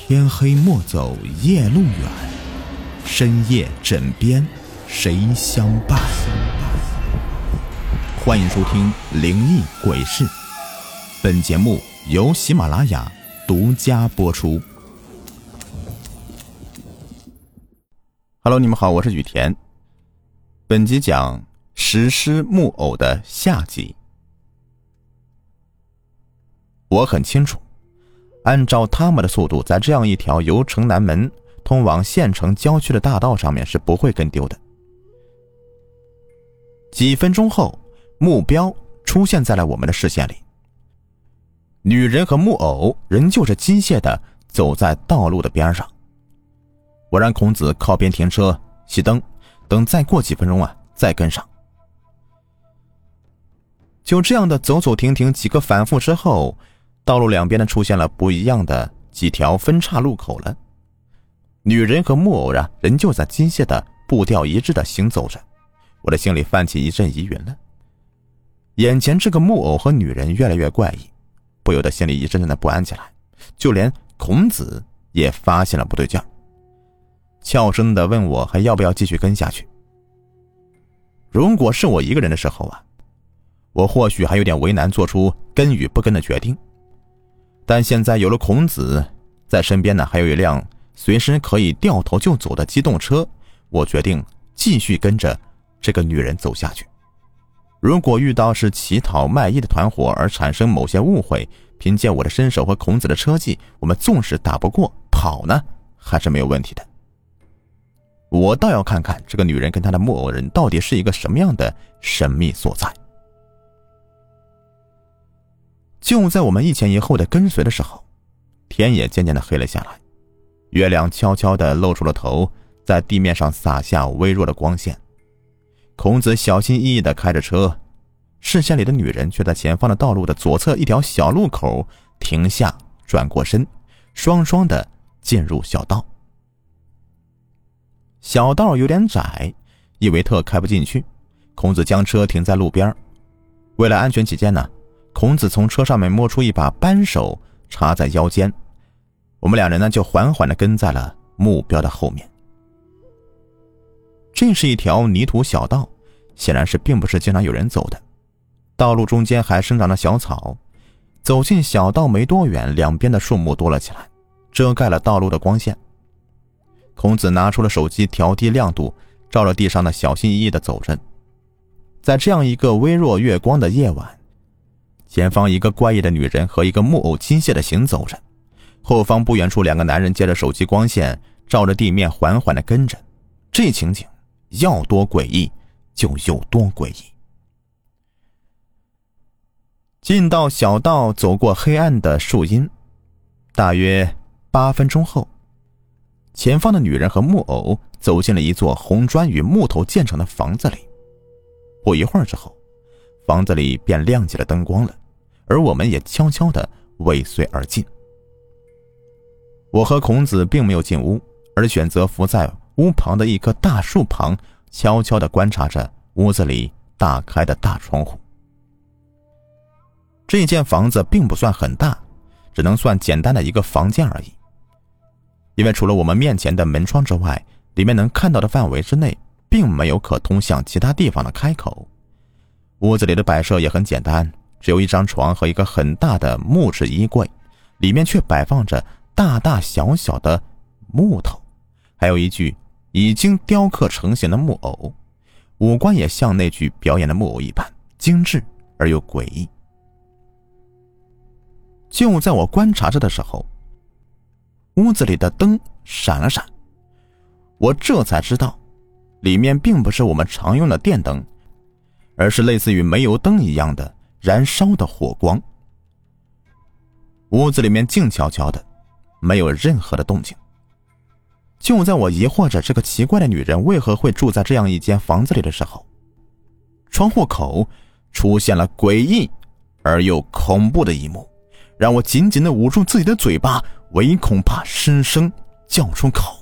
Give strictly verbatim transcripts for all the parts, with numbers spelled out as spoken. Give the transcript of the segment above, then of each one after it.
天黑莫走夜路远，深夜枕边谁相伴。欢迎收听灵异鬼事，本节目由喜马拉雅独家播出。Hello， 你们好，我是雨田。本集讲石狮木偶的下集。我很清楚，按照他们的速度，在这样一条由城南门通往县城郊区的大道上面是不会跟丢的。几分钟后，目标出现在了我们的视线里。女人和木偶仍旧是机械地走在道路的边上。我让孔子靠边停车熄灯，等再过几分钟啊再跟上。就这样的走走停停几个反复之后，道路两边呢出现了不一样的几条分岔路口了。女人和木偶啊仍旧在机械的步调一致的行走着，我的心里泛起一阵疑云了。眼前这个木偶和女人越来越怪异，不由得心里一阵阵的不安起来。就连孔子也发现了不对劲儿，悄声的问我还要不要继续跟下去。如果是我一个人的时候啊，我或许还有点为难做出跟与不跟的决定，但现在有了孔子在身边呢，还有一辆随时可以掉头就走的机动车，我决定继续跟着这个女人走下去。如果遇到是乞讨卖艺的团伙而产生某些误会，凭借我的身手和孔子的车技，我们纵使打不过，跑呢还是没有问题的。我倒要看看这个女人跟她的木偶人到底是一个什么样的神秘所在。就在我们一前一后的跟随的时候，天也渐渐的黑了下来，月亮悄悄地露出了头，在地面上洒下微弱的光线。孔子小心翼翼地开着车，视线里的女人却在前方的道路的左侧一条小路口停下，转过身，双双地进入小道。小道有点窄，伊维特开不进去，孔子将车停在路边。为了安全起见呢，孔子从车上面摸出一把扳手插在腰间，我们两人呢就缓缓地跟在了目标的后面。这是一条泥土小道，显然是并不是经常有人走的。道路中间还生长着小草，走进小道没多远，两边的树木多了起来，遮盖了道路的光线。孔子拿出了手机调低亮度，照着地上的小心翼翼地走着。在这样一个微弱月光的夜晚，前方一个怪异的女人和一个木偶机械地行走着，后方不远处两个男人借着手机光线照着地面缓缓地跟着。这情景要多诡异就有多诡异。进到小道，走过黑暗的树荫，大约八分钟后，前方的女人和木偶走进了一座红砖与木头建成的房子里。不一会儿之后，房子里便亮起了灯光了，而我们也悄悄地尾随而进。我和孔子并没有进屋，而选择伏在屋旁的一棵大树旁，悄悄地观察着屋子里打开的大窗户。这间房子并不算很大，只能算简单的一个房间而已。因为除了我们面前的门窗之外，里面能看到的范围之内并没有可通向其他地方的开口。屋子里的摆设也很简单，只有一张床和一个很大的木质衣柜，里面却摆放着大大小小的木头，还有一具已经雕刻成型的木偶，五官也像那具表演的木偶一般精致而又诡异。就在我观察着的时候，屋子里的灯闪了闪，我这才知道里面并不是我们常用的电灯，而是类似于煤油灯一样的燃烧的火光。屋子里面静悄悄的，没有任何的动静。就在我疑惑着这个奇怪的女人为何会住在这样一间房子里的时候，窗户口出现了诡异而又恐怖的一幕，让我紧紧地捂住自己的嘴巴，唯恐怕失声叫出口。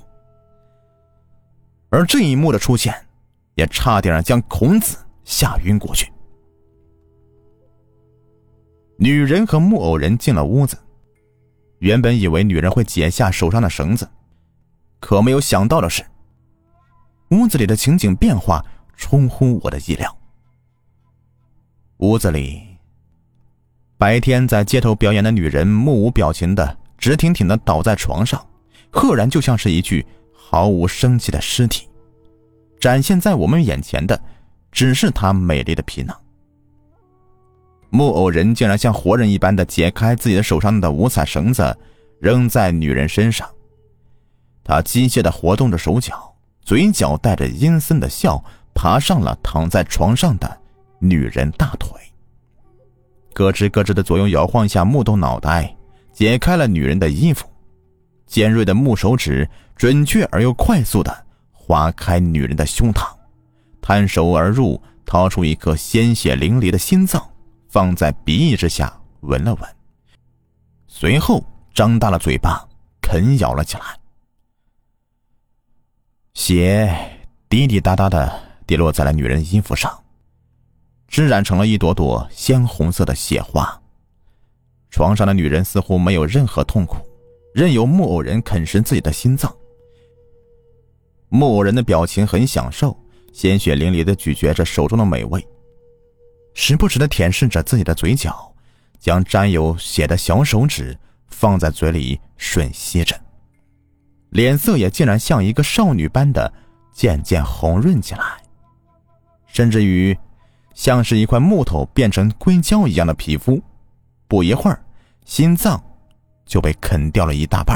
而这一幕的出现也差点将孔子吓晕过去。女人和木偶人进了屋子， 原本以为女人会解下手上的绳子，可没有想到的是，屋子里的情景变化出乎我的意料。屋子里，白天在街头表演的女人目无表情的直挺挺的倒在床上，赫然就像是一具毫无生气的尸体。展现在我们眼前的只是她美丽的皮囊。木偶人竟然像活人一般的解开自己的手上的五彩绳子，扔在女人身上。他机械地活动着手脚，嘴角带着阴森的笑，爬上了躺在床上的女人大腿，咯吱咯吱的左右摇晃一下木头脑袋，解开了女人的衣服。尖锐的木手指准确而又快速地划开女人的胸膛，探手而入，掏出一颗鲜血淋漓的心脏，放在鼻翼之下闻了闻，随后张大了嘴巴啃咬了起来。血滴滴答答的跌落在了女人衣服上，织染成了一朵朵鲜红色的血花。床上的女人似乎没有任何痛苦，任由木偶人啃食自己的心脏。木偶人的表情很享受，鲜血淋漓地咀嚼着手中的美味，时不时地舔舐着自己的嘴角，将沾有血的小手指放在嘴里吮吸着，脸色也竟然像一个少女般的渐渐红润起来，甚至于像是一块木头变成硅胶一样的皮肤，不一会儿心脏就被啃掉了一大半。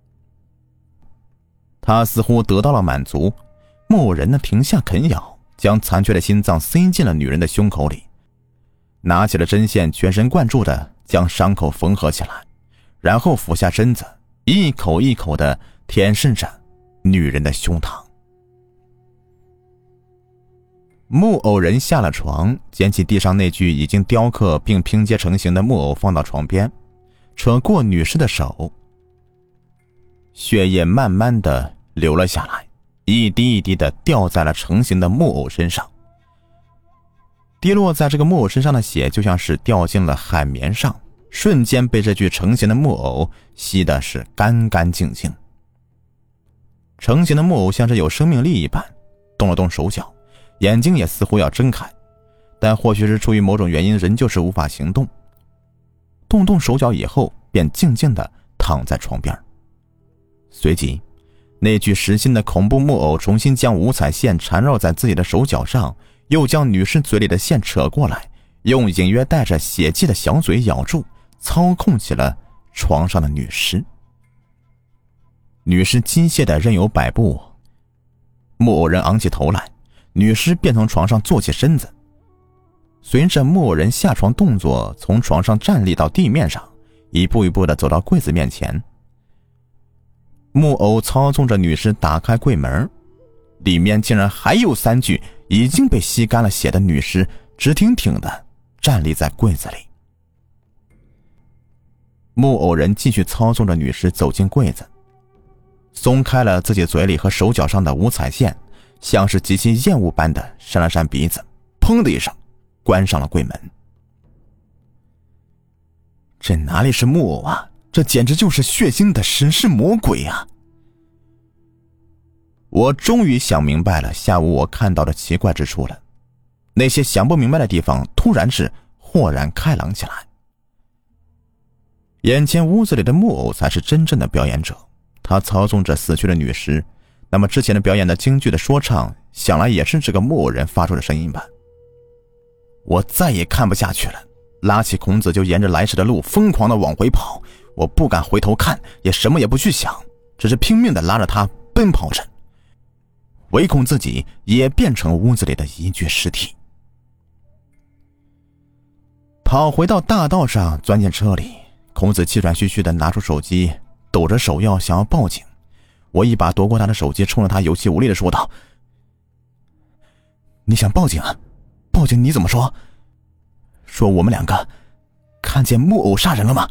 他似乎得到了满足，木偶人呢停下啃咬，将残缺的心脏塞进了女人的胸口里，拿起了针线，全神贯注地将伤口缝合起来，然后俯下身子，一口一口地舔舐着女人的胸膛。木偶人下了床，捡起地上那具已经雕刻并拼接成型的木偶放到床边，扯过女士的手，血液慢慢地流了下来，一滴一滴地掉在了成型的木偶身上。滴落在这个木偶身上的血就像是掉进了海绵上，瞬间被这具成型的木偶吸的是干干净净。成型的木偶像是有生命力一般，动了动手脚，眼睛也似乎要睁开，但或许是出于某种原因，仍旧是无法行动。动动手脚以后，便静静地躺在床边。随即，那具实心的恐怖木偶重新将五彩线缠绕在自己的手脚上，又将女士嘴里的线扯过来，用隐约带着血迹的小嘴咬住，操控起了床上的女尸。女尸机械的任由摆布，木偶人昂起头来，女尸便从床上坐起身子，随着木偶人下床动作，从床上站立到地面上，一步一步地走到柜子面前。木偶操纵着女尸打开柜门，里面竟然还有三具已经被吸干了血的女尸直挺挺地站立在柜子里。木偶人继续操纵着女尸走进柜子，松开了自己嘴里和手脚上的五彩线，像是极其厌恶般的扇了扇鼻子，砰的一声关上了柜门。这哪里是木偶啊，这简直就是血腥的食尸魔鬼啊！我终于想明白了下午我看到的奇怪之处了，那些想不明白的地方突然是豁然开朗起来。眼前屋子里的木偶才是真正的表演者，他操纵着死去的女尸，那么之前的表演的京剧的说唱，想来也是这个木偶人发出的声音吧。我再也看不下去了，拉起孔子就沿着来时的路疯狂地往回跑，我不敢回头看，也什么也不去想，只是拼命地拉着他奔跑着，唯恐自己也变成屋子里的一具尸体。跑回到大道上，钻进车里，孔子气喘吁吁地拿出手机，抖着手要想要报警。我一把夺过他的手机，冲着他有气无力地说道：你想报警啊？报警你怎么说？说我们两个看见木偶杀人了吗？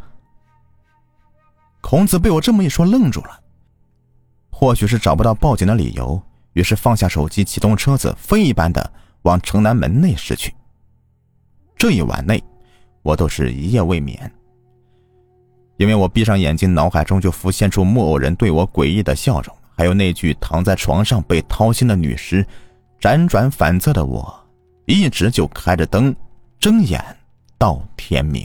孔子被我这么一说愣住了，或许是找不到报警的理由，于是放下手机，启动车子，飞一般的往城南门内驶去。这一晚内我都是一夜未眠。 因为我闭上眼睛，脑海中就浮现出木偶人对我诡异的笑容，还有那具躺在床上被掏心的女尸。辗转反侧的我一直就开着灯睁眼到天明。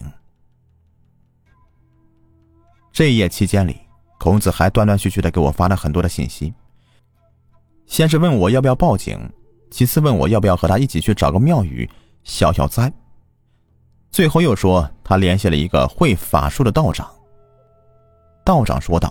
这一夜期间里，孔子还断断续续地给我发了很多的信息，先是问我要不要报警，其次问我要不要和他一起去找个庙宇消消灾，最后又说他联系了一个会法术的道长。道长说道，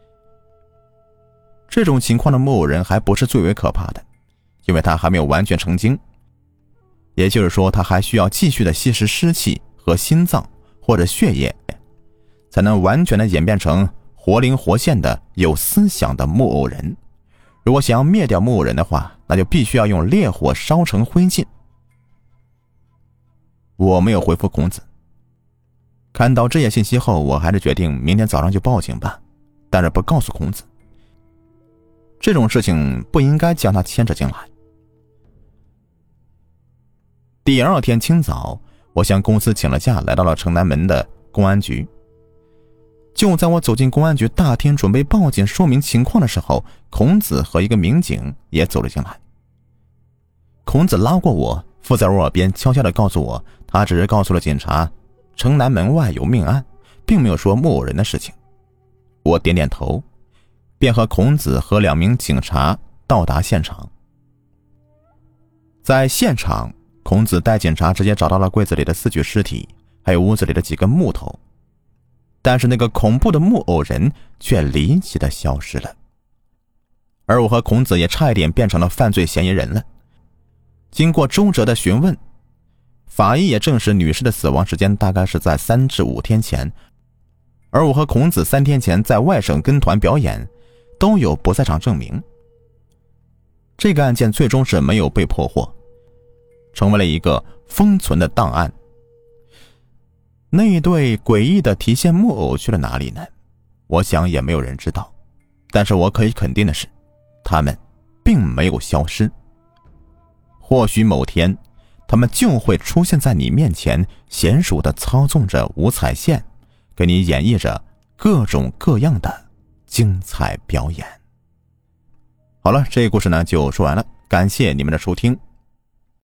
这种情况的木偶人还不是最为可怕的，因为他还没有完全成精，也就是说他还需要继续的吸食湿气和心脏或者血液，才能完全的演变成活灵活现的有思想的木偶人。如果想要灭掉木偶人的话，那就必须要用烈火烧成灰烬。我没有回复孔子，看到这些信息后，我还是决定明天早上就报警吧，但是不告诉孔子，这种事情不应该将他牵扯进来。第二天清早，我向公司请了假，来到了城南门的公安局。就在我走进公安局大厅准备报警说明情况的时候，孔子和一个民警也走了进来。孔子拉过我，附在我耳边悄悄地告诉我，他只是告诉了警察城南门外有命案，并没有说木偶人的事情。我点点头，便和孔子和两名警察到达现场。在现场，孔子带警察直接找到了柜子里的四具尸体，还有屋子里的几根木头，但是那个恐怖的木偶人却离奇的消失了，而我和孔子也差一点变成了犯罪嫌疑人了。经过周折的询问，法医也证实女尸的死亡时间大概是在三至五天前，而我和孔子三天前在外省跟团表演，都有不在场证明。这个案件最终是没有被破获，成为了一个封存的档案。那一对诡异的提线木偶去了哪里呢？我想也没有人知道，但是我可以肯定的是，他们并没有消失。或许某天，他们就会出现在你面前，娴熟地操纵着五彩线，给你演绎着各种各样的精彩表演。好了，这个故事呢就说完了，感谢你们的收听。